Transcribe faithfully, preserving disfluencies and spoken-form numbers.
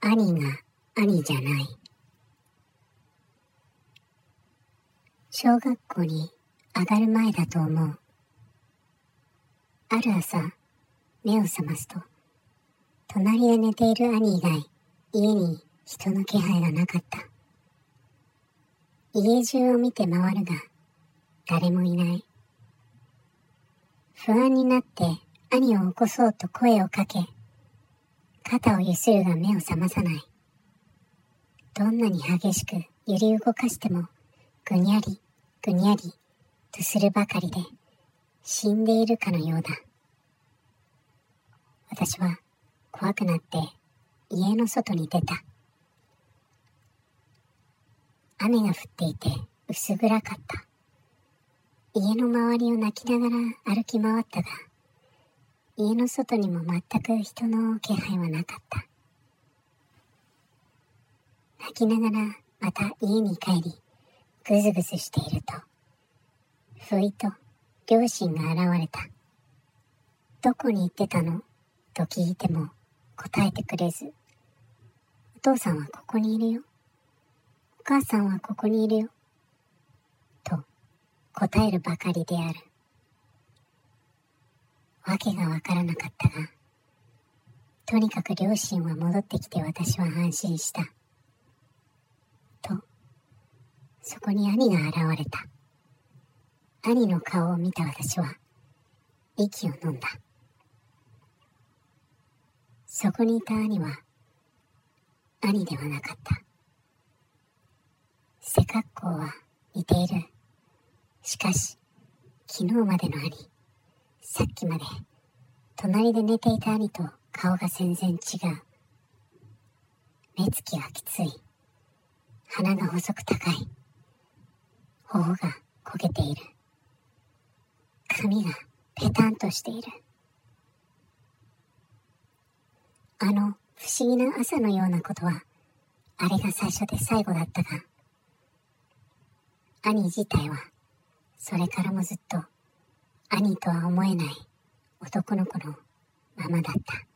兄が兄じゃない。小学校に上がる前だと思う。ある朝、目を覚ますと、隣で寝ている兄以外、家に人の気配がなかった。家中を見て回るが、誰もいない。不安になって兄を起こそうと声をかけ、肩をゆするが目を覚まさない。どんなに激しく揺り動かしても、ぐにゃり、ぐにゃりとするばかりで、死んでいるかのようだ。私は怖くなって家の外に出た。雨が降っていて薄暗かった。家の周りを泣きながら歩き回ったが、家の外にも全く人の気配はなかった。泣きながらまた家に帰り、ぐずぐずしていると、ふいと両親が現れた。どこに行ってたのと聞いても答えてくれず、お父さんはここにいるよ。お母さんはここにいるよ。と答えるばかりである。わけがわからなかったが、とにかく両親は戻ってきて私は安心した。と、そこに兄が現れた。兄の顔を見た私は息を飲んだ。そこにいた兄は兄ではなかった。背格好は似ている。しかし昨日までの兄、さっきまで隣で寝ていた兄と顔が全然違う。目つきはきつい。鼻が細く高い。頬が焦げている。髪がペタンとしている。あの不思議な朝のようなことは、あれが最初で最後だったが、兄自体はそれからもずっと兄とは思えない男の子のままだった。